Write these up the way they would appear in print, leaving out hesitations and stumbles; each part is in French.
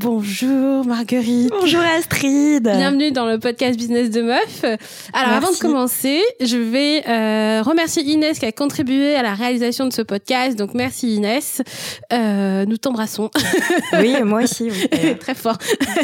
Bonjour Marguerite. Bonjour Astrid. Bienvenue dans le podcast Business de Meuf. Alors avant de commencer, je vais remercier Inès qui a contribué à la réalisation de ce podcast. Donc merci Inès. Nous t'embrassons. Oui, moi aussi. Oui. Très fort.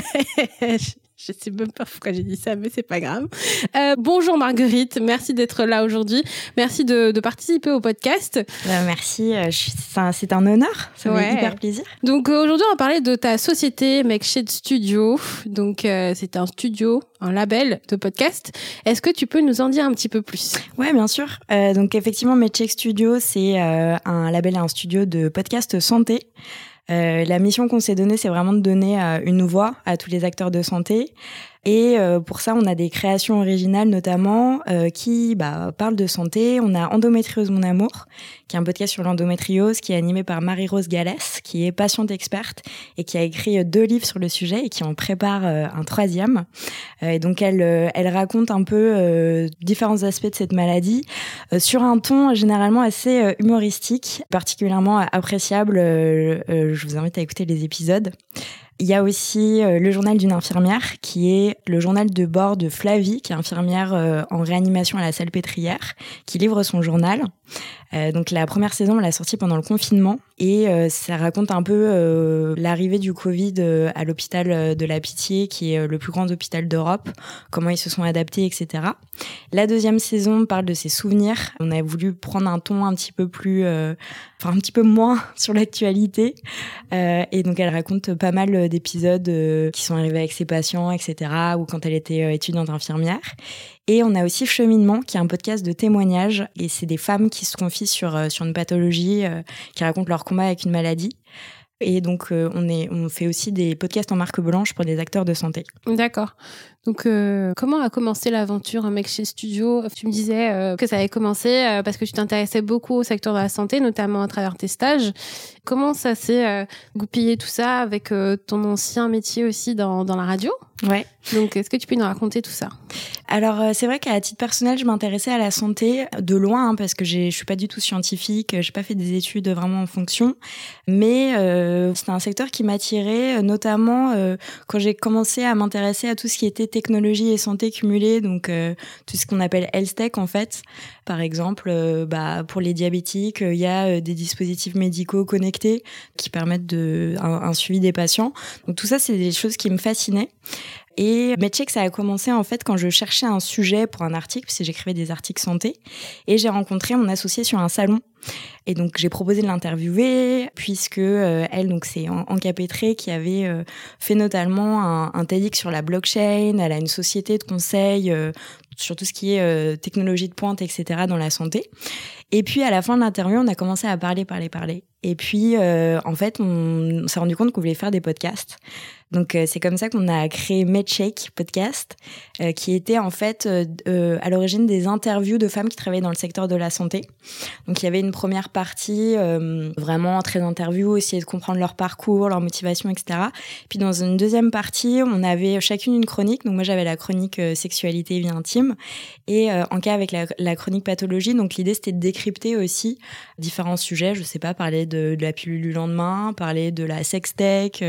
Je sais même pas pourquoi j'ai dit ça, mais c'est pas grave. Bonjour Marguerite, merci d'être là aujourd'hui. Merci de participer au podcast. Merci, c'est un honneur, ça me fait hyper plaisir. Donc aujourd'hui, on va parler de ta société Makeshade Studio. Donc c'est un studio, un label de podcast. Est-ce que tu peux nous en dire un petit peu plus ? Ouais, bien sûr. Donc effectivement, Makeshade Studio, c'est un label et un studio de podcast santé. La mission qu'on s'est donnée, c'est vraiment de donner une voix à tous les acteurs de santé. Et pour ça, on a des créations originales notamment qui parlent de santé. On a Endométriose Mon Amour, qui est un podcast sur l'endométriose qui est animé par Marie-Rose Gallès, qui est patiente experte et qui a écrit 2 livres sur le sujet et qui en prépare un 3e. Et donc, elle raconte un peu différents aspects de cette maladie sur un ton généralement assez humoristique, particulièrement appréciable. Je vous invite à écouter les épisodes. Il y a aussi le journal d'une infirmière, qui est le journal de bord de Flavie, qui est infirmière en réanimation à la Salpêtrière, qui livre son journal. Donc la première saison, on l'a sortie pendant le confinement et ça raconte un peu l'arrivée du Covid à l'hôpital de la Pitié, qui est le plus grand hôpital d'Europe, comment ils se sont adaptés, etc. La 2e saison parle de ses souvenirs. On a voulu prendre un ton un petit peu plus, un petit peu moins sur l'actualité. Et donc elle raconte pas mal d'épisodes qui sont arrivés avec ses patients, etc. ou quand elle était étudiante infirmière. Et on a aussi Cheminement, qui est un podcast de témoignages. Et c'est des femmes qui se confient sur une pathologie, qui racontent leur combat avec une maladie. Et donc, on fait aussi des podcasts en marque blanche pour des acteurs de santé. D'accord. Donc, comment a commencé l'aventure Makeshade Studio ? Tu me disais que ça avait commencé parce que tu t'intéressais beaucoup au secteur de la santé, notamment à travers tes stages. Comment ça s'est goupillé tout ça avec ton ancien métier aussi dans la radio ? Ouais. Donc, est-ce que tu peux nous raconter tout ça ? Alors, c'est vrai qu'à titre personnel, je m'intéressais à la santé de loin, parce que je suis pas du tout scientifique, j'ai pas fait des études vraiment en fonction, mais c'était un secteur qui m'attirait, notamment quand j'ai commencé à m'intéresser à tout ce qui était technologie et santé cumulée, donc tout ce qu'on appelle health tech en fait. Par exemple, pour les diabétiques, il y a des dispositifs médicaux connectés qui permettent un suivi des patients. Donc tout ça, c'est des choses qui me fascinaient. Et Makeshade, ça a commencé en fait quand je cherchais un sujet pour un article, parce que j'écrivais des articles santé, et j'ai rencontré mon associée sur un salon. Et donc j'ai proposé de l'interviewer, puisque elle, donc c'est Anka Pétré, qui avait fait notamment un TEDx sur la blockchain. Elle a une société de conseil sur tout ce qui est technologie de pointe, etc. dans la santé. Et puis à la fin de l'interview, on a commencé à parler. Et puis en fait, on s'est rendu compte qu'on voulait faire des podcasts. Donc c'est comme ça qu'on a créé Makeshade Podcast, qui était en fait à l'origine des interviews de femmes qui travaillaient dans le secteur de la santé. Donc il y avait une première partie vraiment très interview, essayer de comprendre leur parcours, leur motivation, etc. Puis dans une deuxième partie, on avait chacune une chronique. Donc moi j'avais la chronique sexualité et vie intime, et Anka avec la chronique pathologie. Donc l'idée c'était de décrypter aussi différents sujets. Je sais pas, parler de la pilule du lendemain, parler de la sextech,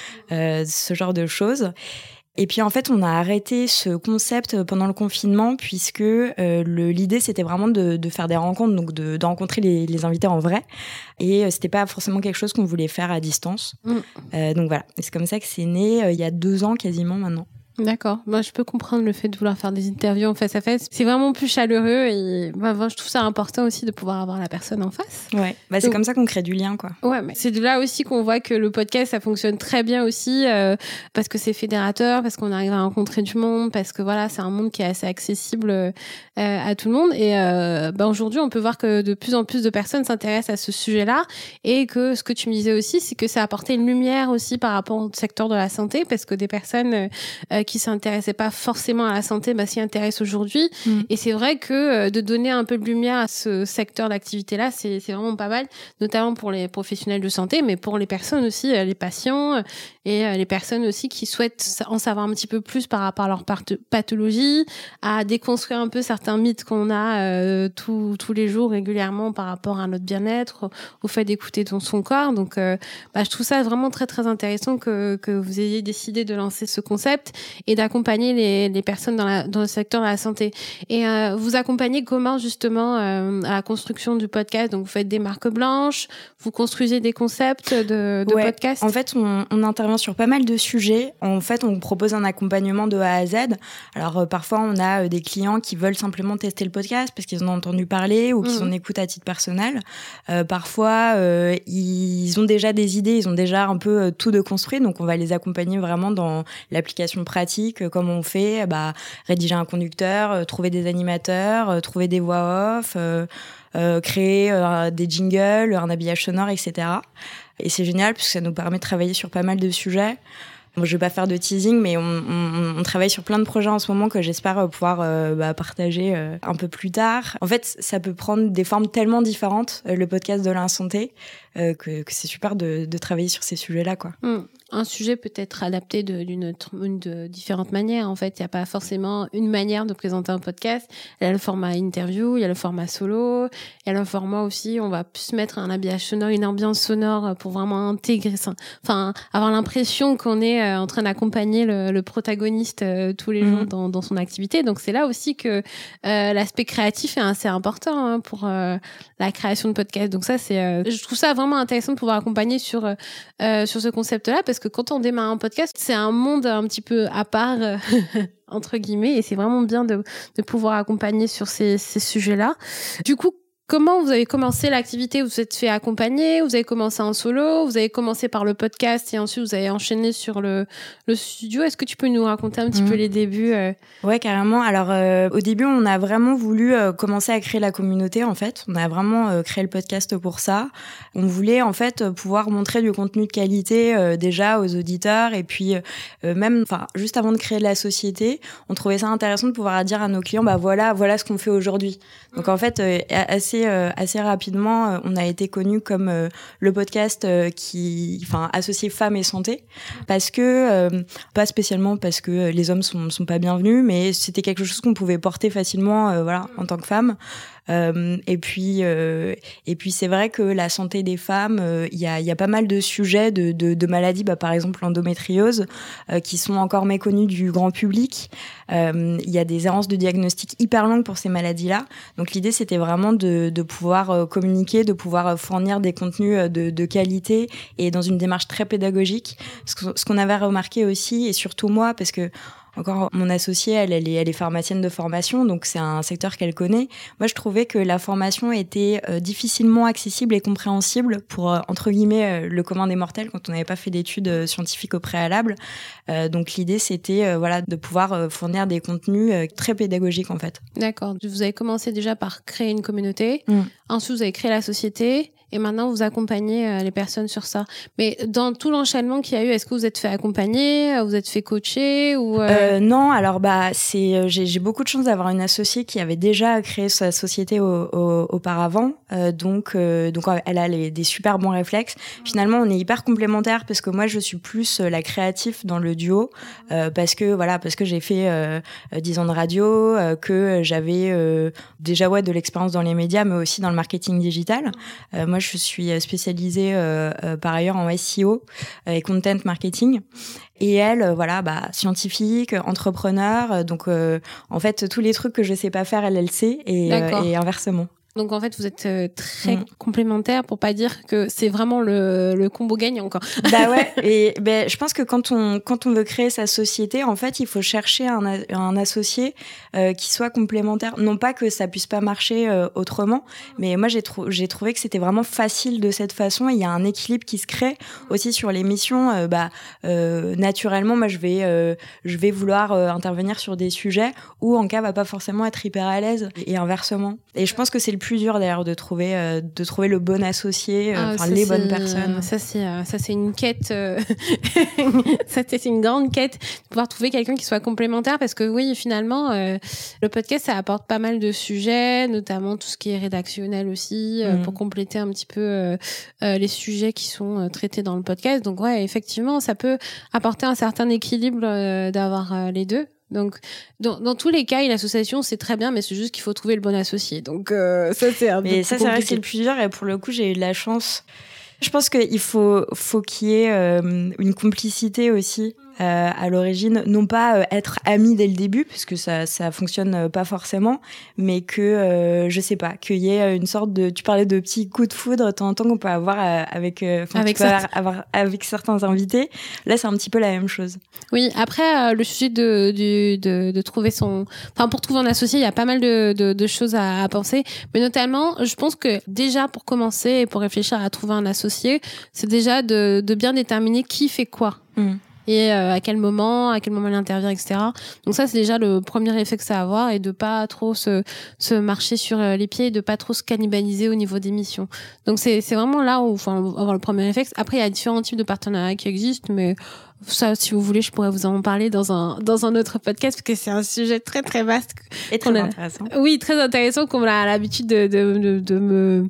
ce genre de choses. Et puis en fait, on a arrêté ce concept pendant le confinement, puisque l'idée c'était vraiment de faire des rencontres, donc de rencontrer les invités en vrai, et c'était pas forcément quelque chose qu'on voulait faire à distance. Donc voilà, et c'est comme ça que c'est né il y a 2 ans quasiment maintenant. D'accord. Moi, je peux comprendre le fait de vouloir faire des interviews en face à face. C'est vraiment plus chaleureux et je trouve ça important aussi de pouvoir avoir la personne en face. Ouais. C'est comme ça qu'on crée du lien, quoi. Ouais, mais c'est de là aussi qu'on voit que le podcast, ça fonctionne très bien aussi parce que c'est fédérateur, parce qu'on arrive à rencontrer du monde, parce que voilà, c'est un monde qui est assez accessible à tout le monde. Et aujourd'hui, on peut voir que de plus en plus de personnes s'intéressent à ce sujet-là, et que ce que tu me disais aussi, c'est que ça a apporté une lumière aussi par rapport au secteur de la santé, parce que des personnes qui s'intéressaient pas forcément à la santé, s'y intéressent aujourd'hui. Et c'est vrai que de donner un peu de lumière à ce secteur d'activité-là, c'est vraiment pas mal, notamment pour les professionnels de santé, mais pour les personnes aussi, les patients et les personnes aussi qui souhaitent en savoir un petit peu plus par rapport à leur pathologie, à déconstruire un peu certains mythes qu'on a tous les jours régulièrement par rapport à notre bien-être, au fait d'écouter son corps. Donc, je trouve ça vraiment très très intéressant que vous ayez décidé de lancer ce concept et d'accompagner les personnes dans le secteur de la santé. Et vous accompagnez comment justement à la construction du podcast? Donc, vous faites des marques blanches, vous construisez des concepts de podcast? En fait, on intervient sur pas mal de sujets. En fait, on propose un accompagnement de A à Z. Alors, parfois, on a des clients qui veulent simplement tester le podcast parce qu'ils en ont entendu parler ou qu'ils en écoutent à titre personnel. Parfois, ils ont déjà des idées, ils ont déjà un peu tout de construit, donc on va les accompagner vraiment dans l'application pratique, comment on fait, rédiger un conducteur, trouver des animateurs, trouver des voix off, créer des jingles, un habillage sonore, etc. Et c'est génial parce que ça nous permet de travailler sur pas mal de sujets. Bon, je vais pas faire de teasing, mais on travaille sur plein de projets en ce moment que j'espère pouvoir partager un peu plus tard. En fait, ça peut prendre des formes tellement différentes, le podcast de l'insanté, que c'est super de travailler sur ces sujets-là, quoi. Un sujet peut être adapté de différentes manières. En fait, il n'y a pas forcément une manière de présenter un podcast. Il y a le format interview, il y a le format solo, il y a le format aussi, on va plus mettre un habillage sonore, une ambiance sonore pour vraiment intégrer ça. Enfin, avoir l'impression qu'on est en train d'accompagner le protagoniste tous les jours dans son activité. Donc, c'est là aussi que l'aspect créatif est assez important pour la création de podcast. Donc ça, je trouve ça vraiment intéressant de pouvoir accompagner sur ce concept-là, parce que quand on démarre un podcast, c'est un monde un petit peu à part, entre guillemets, et c'est vraiment bien de pouvoir accompagner sur ces sujets-là. Du coup, comment vous avez commencé l'activité? Vous vous êtes fait accompagner, vous avez commencé en solo, vous avez commencé par le podcast et ensuite vous avez enchaîné sur le studio. Est-ce que tu peux nous raconter un petit peu les débuts? Ouais, carrément. Alors, au début, on a vraiment voulu commencer à créer la communauté, en fait. On a vraiment créé le podcast pour ça. On voulait, en fait, pouvoir montrer du contenu de qualité déjà aux auditeurs. Et puis, même, juste avant de créer la société, on trouvait ça intéressant de pouvoir dire à nos clients, voilà ce qu'on fait aujourd'hui. Donc, en fait, assez rapidement, on a été connus comme le podcast associé femmes et santé, parce que pas spécialement parce que les hommes sont pas bienvenus, mais c'était quelque chose qu'on pouvait porter facilement, en tant que femme. Et puis c'est vrai que la santé des femmes, il y a pas mal de sujets de maladies, par exemple l'endométriose, qui sont encore méconnus du grand public. Il y a des errances de diagnostic hyper longues pour ces maladies-là. Donc l'idée, c'était vraiment de pouvoir communiquer, de pouvoir fournir des contenus de qualité et dans une démarche très pédagogique. Ce qu'on avait remarqué aussi, et surtout moi, parce que encore, mon associée, elle est pharmacienne de formation, donc c'est un secteur qu'elle connaît. Moi, je trouvais que la formation était difficilement accessible et compréhensible pour, entre guillemets, le commun des mortels quand on n'avait pas fait d'études scientifiques au préalable. Donc l'idée, c'était de pouvoir fournir des contenus très pédagogiques, en fait. D'accord. Vous avez commencé déjà par créer une communauté. Ensuite, vous avez créé la société. Et maintenant, vous accompagnez les personnes sur ça. Mais dans tout l'enchaînement qu'il y a eu, est-ce que vous êtes fait accompagner, vous êtes fait coacher ou Non, alors j'ai beaucoup de chance d'avoir une associée qui avait déjà créé sa société auparavant. Donc elle a des super bons réflexes. Finalement, on est hyper complémentaires parce que moi, je suis plus la créative dans le duo, parce que j'ai fait 10 ans de radio, que j'avais déjà de l'expérience dans les médias, mais aussi dans le marketing digital. Moi, je suis spécialisée par ailleurs en SEO et content marketing. Et elle, scientifique, entrepreneur. Donc, en fait, tous les trucs que je sais pas faire, elle sait, et inversement. Donc en fait, vous êtes très complémentaires, pour pas dire que c'est vraiment le combo gagnant, quoi. Et je pense que quand on veut créer sa société, en fait, il faut chercher un associé qui soit complémentaire. Non pas que ça puisse pas marcher autrement, mais moi j'ai trouvé que c'était vraiment facile de cette façon. Il y a un équilibre qui se crée aussi sur les missions. Naturellement, moi je vais vouloir intervenir sur des sujets où Anka va pas forcément être hyper à l'aise, et inversement. Et je pense que c'est le plus dur d'ailleurs de trouver le bon associé, les bonnes personnes. Ça c'est une quête, ça c'est une grande quête, de pouvoir trouver quelqu'un qui soit complémentaire, parce que oui, finalement, le podcast ça apporte pas mal de sujets, notamment tout ce qui est rédactionnel aussi, pour compléter un petit peu les sujets qui sont traités dans le podcast. Donc ouais, effectivement, ça peut apporter un certain équilibre d'avoir les deux. Donc, dans tous les cas, une association, c'est très bien, mais c'est juste qu'il faut trouver le bon associé. Donc, ça, c'est un peu mais ça, c'est vrai que c'est le plus dur. Et pour le coup, j'ai eu de la chance. Je pense qu'il faut qu'il y ait une complicité aussi à l'origine. Non pas être amis dès le début, parce que ça fonctionne pas forcément, mais que, je sais pas, qu'il y ait une sorte de... Tu parlais de petits coups de foudre, de temps en temps, qu'on peut avoir avec certains invités. Là, c'est un petit peu la même chose. Oui, après, le sujet de trouver son... Enfin, pour trouver un associé, il y a pas mal de choses à penser. Mais notamment, je pense que déjà, pour commencer et pour réfléchir à trouver un associé, c'est déjà de bien déterminer qui fait quoi. Et à quel moment il intervient, etc. Donc ça, c'est déjà le premier réflexe à avoir, et de pas trop se marcher sur les pieds, et de pas trop se cannibaliser au niveau des missions. Donc c'est vraiment là où faut avoir le premier réflexe. Après, il y a différents types de partenariats qui existent, mais ça, si vous voulez, je pourrais vous en parler dans un autre podcast, parce que c'est un sujet très très vaste et très intéressant. Oui, très intéressant, qu'on a l'habitude de me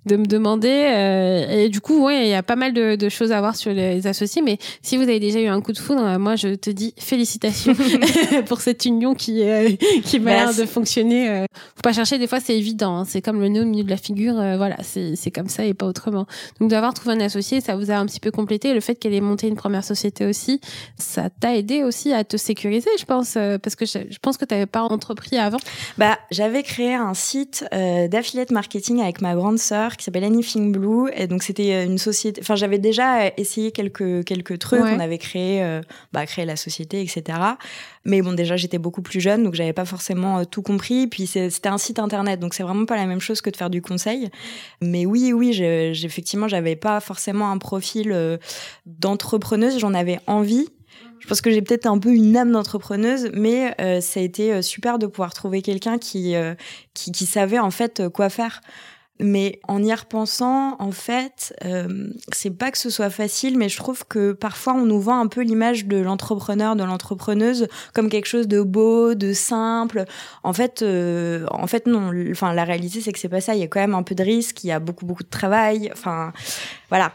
demander. Et du coup, ouais, il y a pas mal de choses à voir sur les associés. Mais si vous avez déjà eu un coup de foudre, moi, je te dis félicitations pour cette union qui m'a l'air de fonctionner. Faut pas chercher, des fois, c'est évident. Hein. C'est comme le nez au milieu de la figure. Voilà, c'est comme ça et pas autrement. Donc, d'avoir trouvé un associé, ça vous a un petit peu complété. Le fait qu'elle ait monté une première société aussi, ça t'a aidé aussi à te sécuriser, je pense, parce que je pense que tu n'avais pas entrepris avant. J'avais créé un site d'affiliate marketing avec ma grande sœur qui s'appelle Anything Blue, et donc c'était une société. Enfin, j'avais déjà essayé quelques trucs. Ouais. On avait créé la société, etc. Mais bon, déjà j'étais beaucoup plus jeune, donc j'avais pas forcément tout compris. Puis c'était un site internet, donc c'est vraiment pas la même chose que de faire du conseil. Mais oui, effectivement, j'avais pas forcément un profil d'entrepreneuse. J'en avais envie. Je pense que j'ai peut-être un peu une âme d'entrepreneuse, mais ça a été super de pouvoir trouver quelqu'un qui savait en fait quoi faire. Mais en y repensant, en fait, c'est pas que ce soit facile, mais je trouve que parfois on nous vend un peu l'image de l'entrepreneur, de l'entrepreneuse comme quelque chose de beau, de simple. En fait, non. Enfin, la réalité, c'est que c'est pas ça. Il y a quand même un peu de risque, il y a beaucoup de travail. Enfin, voilà.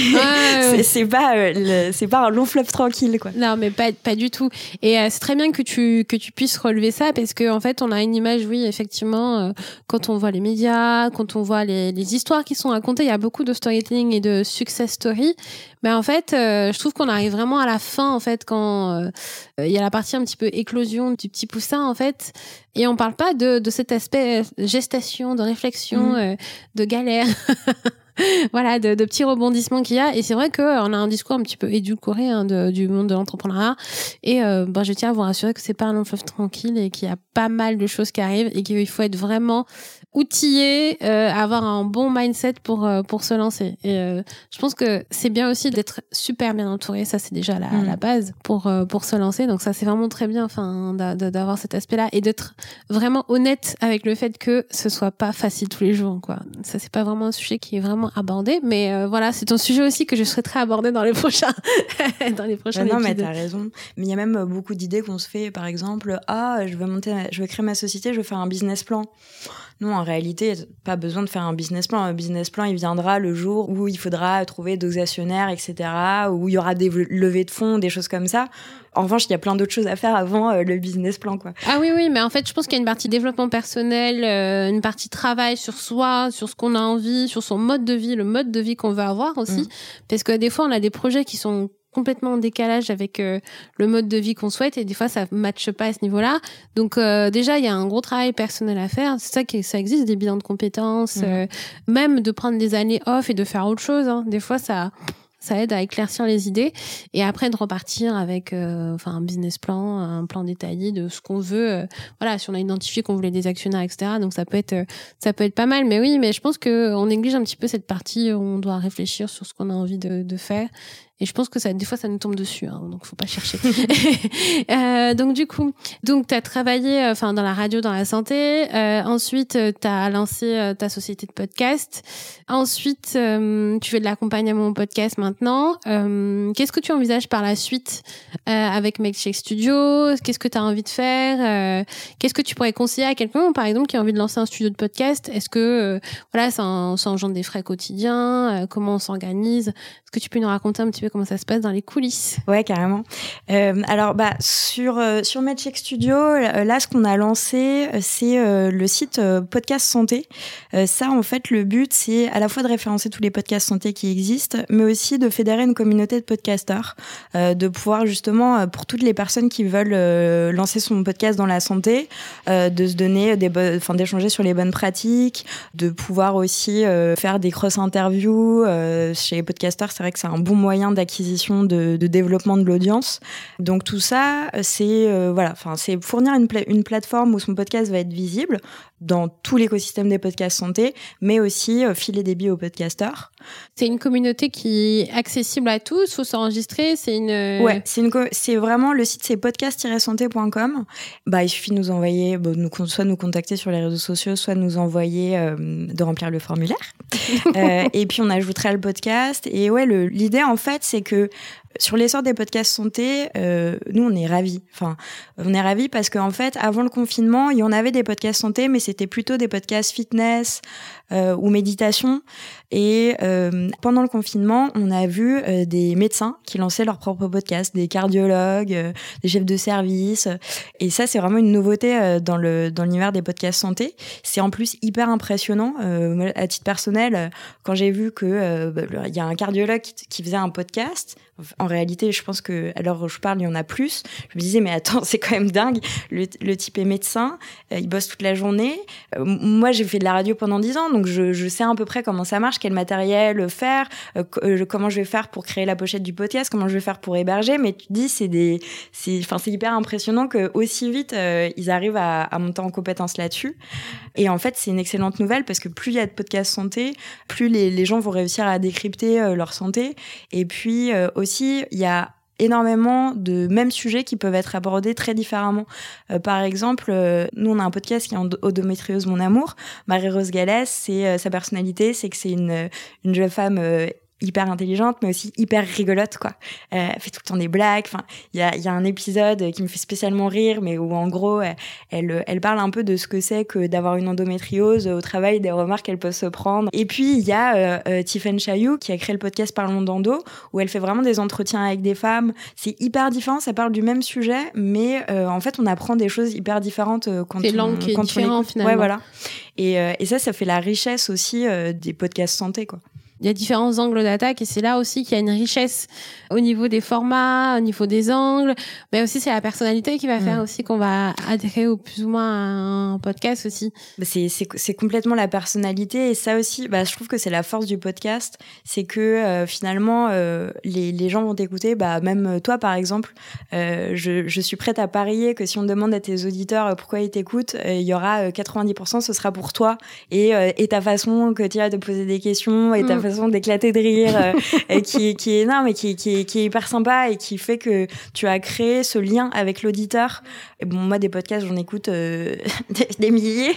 C'est pas un long fleuve tranquille, quoi. Non, mais pas du tout. Et c'est très bien que tu puisses relever ça, parce que en fait, on a une image, oui, effectivement, quand on voit les médias, quand on voit les histoires qui sont racontées, il y a beaucoup de storytelling et de success story. Mais en fait, je trouve qu'on arrive vraiment à la fin, en fait, quand il y a la partie un petit peu éclosion du petit poussin, en fait, et on parle pas de cet aspect gestation, de réflexion, de galère. Voilà, de petits rebondissements qu'il y a. Et c'est vrai qu'on a un discours un petit peu édulcoré du monde de l'entrepreneuriat. Et je tiens à vous rassurer que c'est pas un long fleuve tranquille, et qu'il y a pas mal de choses qui arrivent, et qu'il faut être vraiment outillé, avoir un bon mindset pour se lancer. Et je pense que c'est bien aussi d'être super bien entouré. Ça, c'est déjà la base pour se lancer. Donc ça, c'est vraiment très bien, enfin, d'avoir cet aspect-là, et d'être vraiment honnête avec le fait que ce soit pas facile tous les jours, quoi. Ça, c'est pas vraiment un sujet qui est vraiment abordé, mais voilà, c'est un sujet aussi que je souhaiterais aborder dans les prochains épisodes. Non, mais t'as raison. Mais il y a même beaucoup d'idées qu'on se fait, par exemple, je vais créer ma société, je vais faire un business plan. Non, en réalité, pas besoin de faire un business plan. Un business plan, il viendra le jour où il faudra trouver d'autres actionnaires, etc., où il y aura des levées de fonds, des choses comme ça. En revanche, il y a plein d'autres choses à faire avant le business plan, quoi. Ah oui, mais en fait, je pense qu'il y a une partie développement personnel, une partie travail sur soi, sur ce qu'on a envie, sur son mode de vie, le mode de vie qu'on veut avoir aussi. Parce que des fois, on a des projets qui sont complètement en décalage avec le mode de vie qu'on souhaite, et des fois ça matche pas à ce niveau-là. Donc déjà il y a un gros travail personnel à faire. C'est ça ça existe, des bilans de compétences, même de prendre des années off et de faire autre chose, hein. Des fois ça aide à éclaircir les idées, et après de repartir avec un business plan, un plan détaillé de ce qu'on veut. Voilà, si on a identifié qu'on voulait des actionnaires, etc. Donc ça peut être pas mal. Mais oui, mais je pense que on néglige un petit peu cette partie où on doit réfléchir sur ce qu'on a envie de faire. Et je pense que des fois, ça nous tombe dessus, hein, donc faut pas chercher. Donc du coup, t'as travaillé, dans la radio, dans la santé. Ensuite, t'as lancé ta société de podcast. Ensuite, tu fais de l'accompagnement au podcast maintenant. Qu'est-ce que tu envisages par la suite avec Milkshake Studio? Qu'est-ce que t'as envie de faire? Qu'est-ce que tu pourrais conseiller à quelqu'un, par exemple, qui a envie de lancer un studio de podcast? Est-ce que ça engendre des frais quotidiens? Comment on s'organise? Est-ce que tu peux nous raconter un petit peu comment ça se passe dans les coulisses? Ouais, carrément. Alors, sur Milkshake Studio, là, ce qu'on a lancé, c'est le site Podcast Santé. Ça, en fait, le but, c'est à la fois de référencer tous les podcasts santé qui existent, mais aussi de fédérer une communauté de podcasteurs, de pouvoir justement, pour toutes les personnes qui veulent lancer son podcast dans la santé, de se donner d'échanger sur les bonnes pratiques, de pouvoir aussi faire des cross-interviews chez les podcasteurs. C'est vrai que c'est un bon moyen d'acquisition, de développement de l'audience. Donc tout ça, c'est c'est fournir une plateforme où son podcast va être visible dans tout l'écosystème des podcasts santé, mais aussi filer des billes aux podcasteurs. C'est une communauté qui est accessible à tous, faut s'enregistrer, Ouais, c'est vraiment, le site c'est podcast-santé.com. Il suffit de nous envoyer, soit nous contacter sur les réseaux sociaux, soit nous envoyer de remplir le formulaire. Et puis on ajoutera le podcast. Et ouais, l'idée en fait, c'est que sur l'essor des podcasts santé, nous on est ravis. On est ravis parce qu'en fait, avant le confinement, il y en avait des podcasts santé, mais c'était plutôt des podcasts fitness ou méditation. Et pendant le confinement, on a vu des médecins qui lançaient leurs propres podcasts, des cardiologues, des chefs de service. Et ça, c'est vraiment une nouveauté dans l'univers des podcasts santé. C'est en plus hyper impressionnant. À titre personnel, quand j'ai vu que il y a un cardiologue qui faisait un podcast. En réalité, je pense que à l'heure où je parle, il y en a plus. Je me disais, mais attends, c'est quand même dingue. Le type est médecin, il bosse toute la journée. Moi, j'ai fait de la radio pendant 10 ans, donc je sais à peu près comment ça marche, quel matériel faire, comment je vais faire pour créer la pochette du podcast, comment je vais faire pour héberger. Mais tu te dis, c'est hyper impressionnant que aussi vite ils arrivent à monter en compétence là-dessus. Et en fait, c'est une excellente nouvelle parce que plus il y a de podcasts santé, plus les gens vont réussir à décrypter leur santé. Et puis aussi, il y a énormément de mêmes sujets qui peuvent être abordés très différemment. Par exemple, nous, on a un podcast qui est Endométriose Mon Amour. Marie-Rose Gallès, sa personnalité, c'est que c'est une jeune femme hyper intelligente, mais aussi hyper rigolote, quoi. Elle fait tout le temps des blagues. Il y a un épisode qui me fait spécialement rire, mais où en gros, elle parle un peu de ce que c'est que d'avoir une endométriose au travail, des remarques qu'elle peut se prendre. Et puis il y a Tiffen Chailloux qui a créé le podcast Parlons d'endo, où elle fait vraiment des entretiens avec des femmes. C'est hyper différent, ça parle du même sujet, mais en fait, on apprend des choses hyper différentes quand c'est l'angle qui est différent finalement. Ouais, voilà. Et ça fait la richesse aussi des podcasts santé, quoi. Il y a différents angles d'attaque et c'est là aussi qu'il y a une richesse au niveau des formats, au niveau des angles, mais aussi c'est la personnalité qui va faire aussi qu'on va adhérer au plus ou moins à un podcast aussi. C'est complètement la personnalité et ça aussi, je trouve que c'est la force du podcast, c'est que finalement les gens vont t'écouter, même toi par exemple, je suis prête à parier que si on demande à tes auditeurs pourquoi ils t'écoutent, il y aura 90% ce sera pour toi et ta façon que tu as de poser des questions et ta façon d'éclater de rire qui est énorme et qui est hyper sympa et qui fait que tu as créé ce lien avec l'auditeur. Et bon, moi des podcasts j'en écoute des milliers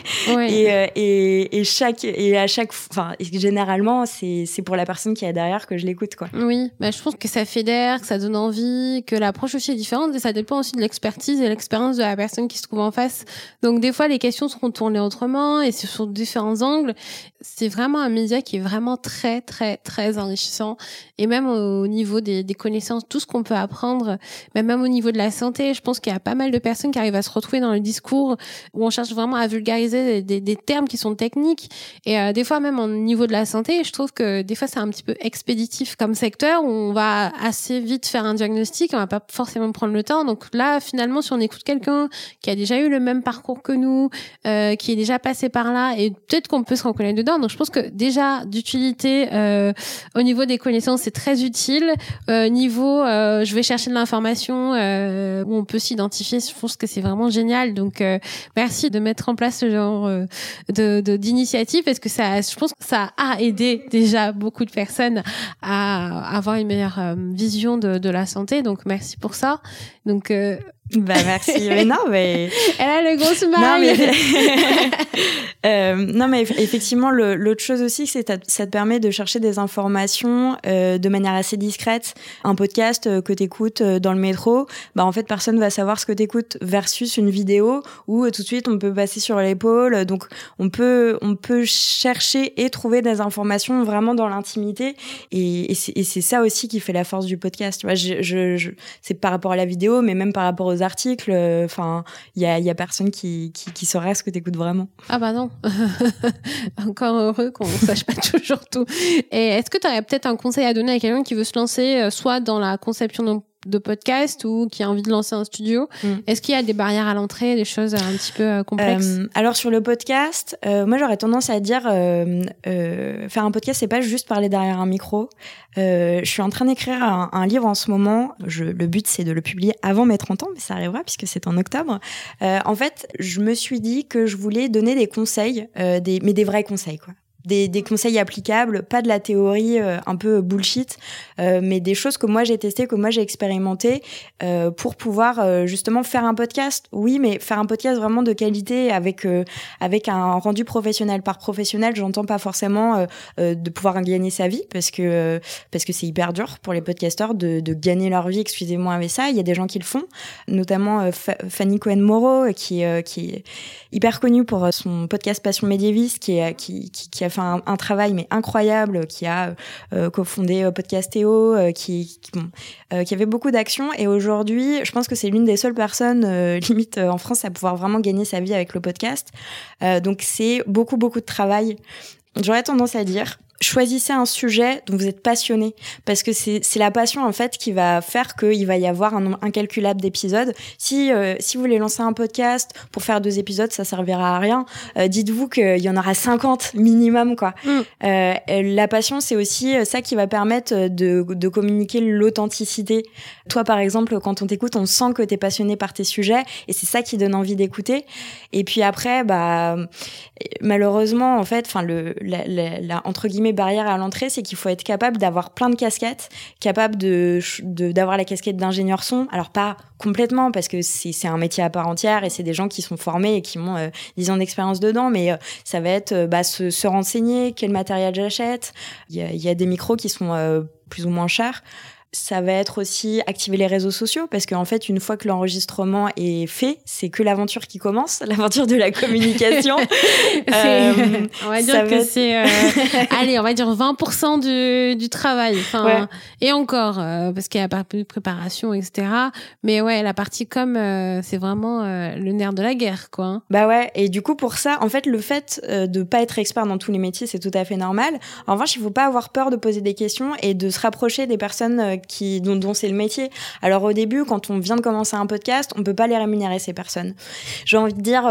généralement c'est pour la personne qui est derrière que je l'écoute, quoi. Oui, je pense que ça fédère, que ça donne envie, que l'approche aussi est différente et ça dépend aussi de l'expertise et l'expérience de la personne qui se trouve en face. Donc des fois les questions seront tournées autrement et c'est sur différents angles. C'est vraiment un média qui est vraiment très très très enrichissant et même au niveau des connaissances, tout ce qu'on peut apprendre, même au niveau de la santé, je pense qu'il y a pas mal de personnes qui arrivent à se retrouver dans le discours où on cherche vraiment à vulgariser des termes qui sont techniques et des fois même au niveau de la santé, je trouve que des fois c'est un petit peu expéditif comme secteur où on va assez vite faire un diagnostic, on va pas forcément prendre le temps. Donc là finalement si on écoute quelqu'un qui a déjà eu le même parcours que nous, qui est déjà passé par là et peut-être qu'on peut se reconnaître dedans. Donc je pense que déjà d'utilité Au niveau des connaissances, c'est très utile. Niveau, je vais chercher de l'information où on peut s'identifier. Je pense que c'est vraiment génial. Donc, merci de mettre en place ce genre d'initiative parce que je pense que ça a aidé déjà beaucoup de personnes à avoir une meilleure vision de la santé. Donc, merci pour ça. Donc, merci. Mais non, mais elle a le gros smile. Non, mais effectivement, l'autre chose aussi, c'est que ça te permet de chercher des informations de manière assez discrète. Un podcast que t'écoutes dans le métro, en fait, personne va savoir ce que t'écoutes versus une vidéo où tout de suite on peut passer sur l'épaule. Donc, on peut chercher et trouver des informations vraiment dans l'intimité. Et c'est ça aussi qui fait la force du podcast. Tu vois, c'est par rapport à la vidéo, mais même par rapport aux articles, enfin, il y a personne qui saurait ce que t'écoutes vraiment. Ah bah non. Encore heureux qu'on sache pas toujours tout. Et est-ce que tu aurais peut-être un conseil à donner à quelqu'un qui veut se lancer soit dans la conception de podcast ou qui a envie de lancer un studio? Est-ce qu'il y a des barrières à l'entrée, des choses un petit peu complexes? Alors sur le podcast, moi j'aurais tendance à dire faire un podcast, c'est pas juste parler derrière un micro. Je suis en train d'écrire un livre en ce moment. Le but c'est de le publier avant mes 30 ans, mais ça arrivera puisque c'est en octobre. En fait, je me suis dit que je voulais donner des conseils, mais des vrais conseils, quoi. Des conseils applicables, pas de la théorie un peu bullshit, mais des choses que moi j'ai testées, que moi j'ai expérimentées pour pouvoir justement faire un podcast. Oui, mais faire un podcast vraiment de qualité avec un rendu professionnel. Par professionnel, j'entends pas forcément de pouvoir gagner sa vie parce que c'est hyper dur pour les podcasteurs de gagner leur vie, excusez-moi avec ça. Il y a des gens qui le font, notamment Fanny Cohen-Moreau qui est hyper connue pour son podcast Passion médiéviste qui a fait un travail mais incroyable, qui a cofondé Podcastéo, qui avait beaucoup d'actions, et aujourd'hui je pense que c'est l'une des seules personnes limite en France à pouvoir vraiment gagner sa vie avec le podcast. Donc c'est beaucoup de travail. J'aurais tendance à dire, choisissez un sujet dont vous êtes passionné, parce que c'est la passion en fait qui va faire qu'il va y avoir un nombre incalculable d'épisodes. Si vous voulez lancer un podcast pour faire 2 épisodes, ça servira à rien. Dites-vous qu'il y en aura 50 minimum, quoi. La passion, c'est aussi ça qui va permettre de communiquer l'authenticité. Toi, par exemple, quand on t'écoute, on sent que t'es passionné par tes sujets, et c'est ça qui donne envie d'écouter. Et puis après, malheureusement, en fait, enfin la entre guillemets barrière à l'entrée, c'est qu'il faut être capable d'avoir plein de casquettes, capable d'avoir la casquette d'ingénieur son. Alors pas complètement, parce que c'est un métier à part entière et c'est des gens qui sont formés et qui ont 10 ans d'expérience dedans, mais ça va être se renseigner, quel matériel j'achète. Il y a des micros qui sont plus ou moins chers. Ça va être aussi activer les réseaux sociaux, parce qu'en fait, une fois que l'enregistrement est fait, c'est que l'aventure qui commence, l'aventure de la communication. On va dire que c'est, allez, on va dire 20% du travail. Enfin, ouais. Et encore, parce qu'il y a pas peu de préparation, etc. Mais ouais, la partie com, c'est vraiment le nerf de la guerre, quoi. Bah ouais. Et du coup, pour ça, en fait, le fait de pas être expert dans tous les métiers, c'est tout à fait normal. En revanche, il faut pas avoir peur de poser des questions et de se rapprocher des personnes dont c'est le métier. Alors au début, quand on vient de commencer un podcast, on peut pas les rémunérer, ces personnes. J'ai envie de dire,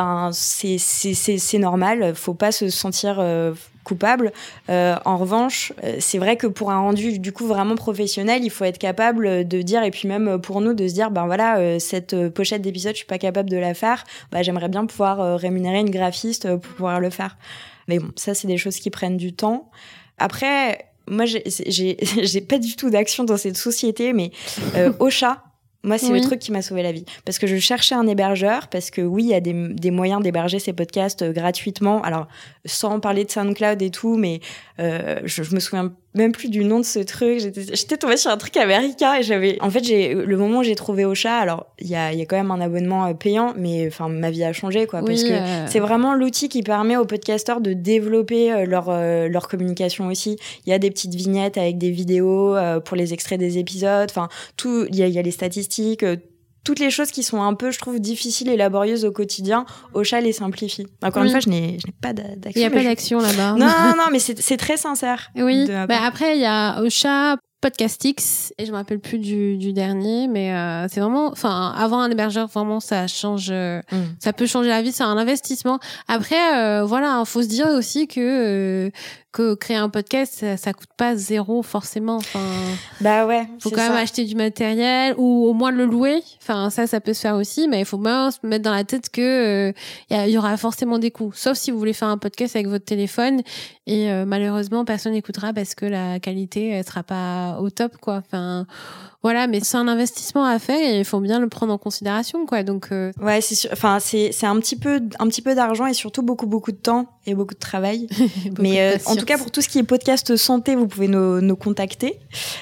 c'est normal, faut pas se sentir coupable. En revanche, c'est vrai que pour un rendu du coup vraiment professionnel, il faut être capable de dire, et puis même pour nous de se dire, cette pochette d'épisode, je suis pas capable de la faire, j'aimerais bien pouvoir rémunérer une graphiste pour pouvoir le faire. Mais bon, ça c'est des choses qui prennent du temps. Après, moi, j'ai pas du tout d'action dans cette société, mais Ocha, moi, c'est le truc qui m'a sauvé la vie. Parce que je cherchais un hébergeur, parce que oui, il y a des moyens d'héberger ces podcasts gratuitement. Alors, sans parler de SoundCloud et tout, mais je me souviens même plus du nom de ce truc. J'étais tombée sur un truc américain et le moment où j'ai trouvé Ocha, alors il y a quand même un abonnement payant, mais enfin ma vie a changé, quoi, parce que c'est vraiment l'outil qui permet aux podcasteurs de développer leur communication aussi. Il y a des petites vignettes avec des vidéos pour les extraits des épisodes, enfin tout, il y a les statistiques, toutes les choses qui sont un peu, je trouve, difficiles et laborieuses au quotidien, Ocha les simplifie. Encore une fois, je n'ai pas d'action. Il n'y a pas d'action là-bas. Non, mais c'est très sincère. Oui. Après, il y a Ocha Podcastix, et je me rappelle plus du dernier, mais c'est vraiment, enfin, avoir un hébergeur, vraiment, ça change, ça peut changer la vie, c'est un investissement. Après, voilà, faut se dire aussi que créer un podcast, ça coûte pas zéro forcément. Enfin, bah ouais. Faut quand même acheter du matériel ou au moins le louer. Enfin, ça peut se faire aussi, mais il faut bien se mettre dans la tête que y aura forcément des coûts. Sauf si vous voulez faire un podcast avec votre téléphone et malheureusement personne n'écoutera parce que la qualité elle sera pas au top, quoi. Enfin, voilà, mais c'est un investissement à faire et il faut bien le prendre en considération, quoi. Donc ouais, c'est sûr. Enfin, c'est un petit peu d'argent et surtout beaucoup de temps et beaucoup de travail. Mais en tout cas, pour tout ce qui est podcast santé, vous pouvez nous contacter.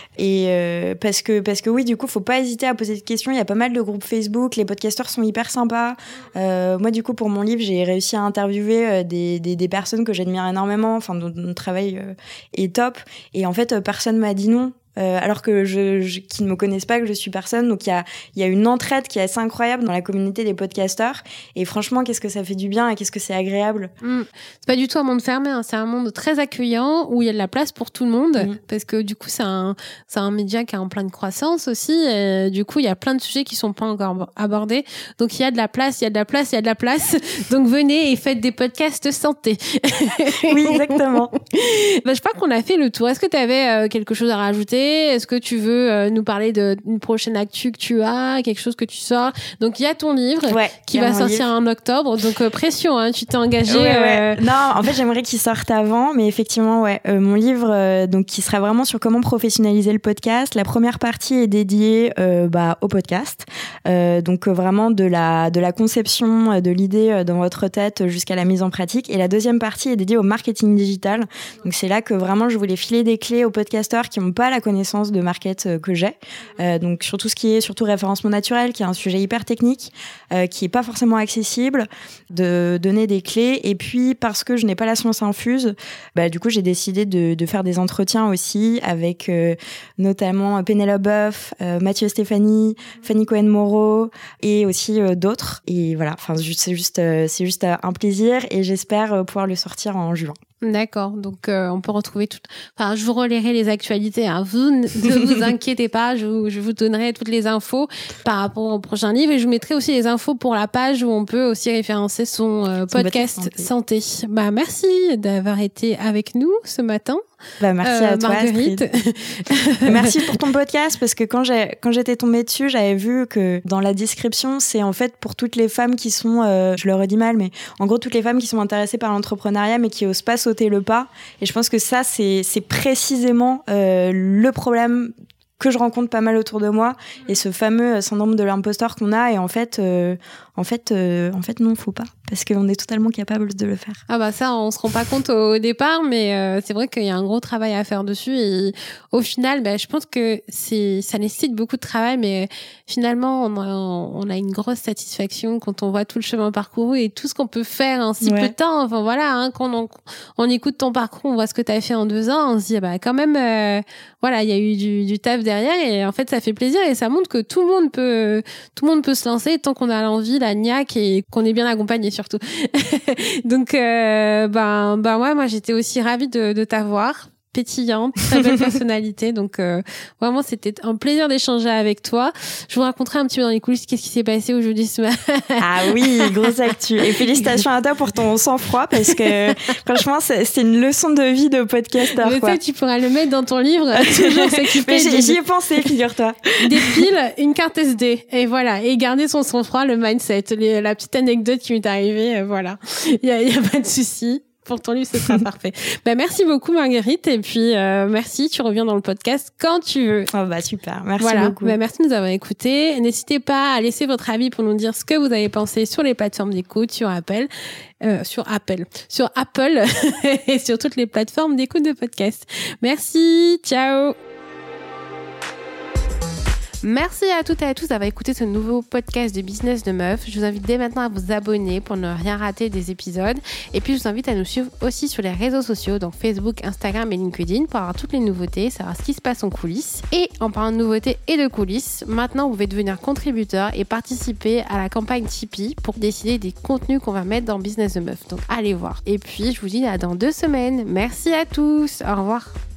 Et parce que oui, du coup, faut pas hésiter à poser des questions. Il y a pas mal de groupes Facebook. Les podcasteurs sont hyper sympas. Moi, du coup, pour mon livre, j'ai réussi à interviewer des personnes que j'admire énormément, enfin, dont le travail est top. Et en fait, personne m'a dit non. Alors que qui ne me connaissent pas, que je suis personne. Donc il y a une entraide qui est assez incroyable dans la communauté des podcasteurs. Et franchement, qu'est-ce que ça fait du bien et qu'est-ce que c'est agréable. C'est pas du tout un monde fermé, hein. C'est un monde très accueillant où il y a de la place pour tout le monde. Parce que du coup, c'est un média qui est en pleine croissance aussi. Et du coup, il y a plein de sujets qui sont pas encore abordés. Donc il y a de la place, il y a de la place, il y a de la place. Donc venez et faites des podcasts santé. Oui, exactement. Je crois qu'on a fait le tour. Est-ce que tu avais quelque chose à rajouter? Est-ce que tu veux nous parler d'une prochaine actu que tu as, quelque chose que tu sors? Donc il y a ton livre qui va sortir en octobre. Donc pression, hein, tu t'es engagée. Ouais. Non, en fait j'aimerais qu'il sorte avant, mais effectivement mon livre donc qui sera vraiment sur comment professionnaliser le podcast. La première partie est dédiée au podcast, donc vraiment de la conception de l'idée dans votre tête jusqu'à la mise en pratique. Et la deuxième partie est dédiée au marketing digital. Donc c'est là que vraiment je voulais filer des clés aux podcasteurs qui n'ont pas la connaissance de market que j'ai. Donc sur tout ce qui est surtout référencement naturel, qui est un sujet hyper technique, qui est pas forcément accessible, de donner des clés. Et puis parce que je n'ai pas la science infuse, du coup j'ai décidé de faire des entretiens aussi avec notamment Pénélope Boeuf, Mathieu Stéphanie, Fanny Cohen-Moreau et aussi d'autres. Et voilà, enfin c'est juste un plaisir et j'espère pouvoir le sortir en juin. D'accord, donc on peut retrouver tout. Enfin, je vous relayerai les actualités. Hein. Vous ne vous inquiétez pas, je vous donnerai toutes les infos par rapport au prochain livre et je vous mettrai aussi les infos pour la page où on peut aussi référencer son podcast santé. Merci d'avoir été avec nous ce matin. Merci à toi, Marguerite. Merci pour ton podcast parce que quand j'étais tombée dessus, j'avais vu que dans la description, c'est en fait pour toutes les femmes qui sont, je le redis mal, mais en gros toutes les femmes qui sont intéressées par l'entrepreneuriat mais qui osent pas sauter le pas. Et je pense que ça, c'est précisément le problème que je rencontre pas mal autour de moi et ce fameux syndrome de l'imposteur qu'on a. Et en fait non, faut pas, parce qu'on est totalement capable de le faire. Ça, on se rend pas compte au départ, mais c'est vrai qu'il y a un gros travail à faire dessus et au final, je pense que ça nécessite beaucoup de travail, mais finalement, on a une grosse satisfaction quand on voit tout le chemin parcouru et tout ce qu'on peut faire en si peu de temps. Enfin voilà, hein, quand on écoute ton parcours, on voit ce que tu as fait en 2 ans, on se dit quand même, il y a eu du taf derrière et en fait, ça fait plaisir et ça montre que tout le monde peut se lancer tant qu'on a l'envie, la niaque et qu'on est bien accompagné surtout. Donc moi j'étais aussi ravie de t'avoir, pétillante, très belle personnalité. Donc vraiment c'était un plaisir d'échanger avec toi. Je vous raconterai un petit peu dans les coulisses qu'est-ce qui s'est passé aujourd'hui ce matin. Ah oui, grosse actu. Et félicitations à toi pour ton sang-froid parce que franchement c'est une leçon de vie de podcasteur. Mais ça tu pourras le mettre dans ton livre. Toujours s'occuper. J'y ai pensé, figure-toi. Des piles, une carte SD et voilà, et garder son sang-froid, le mindset, la petite anecdote qui m'est arrivée, voilà. Il y a pas de souci. Pour ton livre, ce sera parfait. Merci beaucoup, Marguerite. Et puis, merci. Tu reviens dans le podcast quand tu veux. Super. Merci beaucoup. Merci de nous avoir écoutés. N'hésitez pas à laisser votre avis pour nous dire ce que vous avez pensé sur les plateformes d'écoute, sur Apple et sur toutes les plateformes d'écoute de podcast. Merci. Ciao. Merci à toutes et à tous d'avoir écouté ce nouveau podcast de Business de Meuf. Je vous invite dès maintenant à vous abonner pour ne rien rater des épisodes. Et puis, je vous invite à nous suivre aussi sur les réseaux sociaux, donc Facebook, Instagram et LinkedIn, pour avoir toutes les nouveautés, savoir ce qui se passe en coulisses. Et en parlant de nouveautés et de coulisses, maintenant, vous pouvez devenir contributeur et participer à la campagne Tipeee pour décider des contenus qu'on va mettre dans Business de Meuf. Donc, allez voir. Et puis, je vous dis à dans 2 semaines. Merci à tous. Au revoir.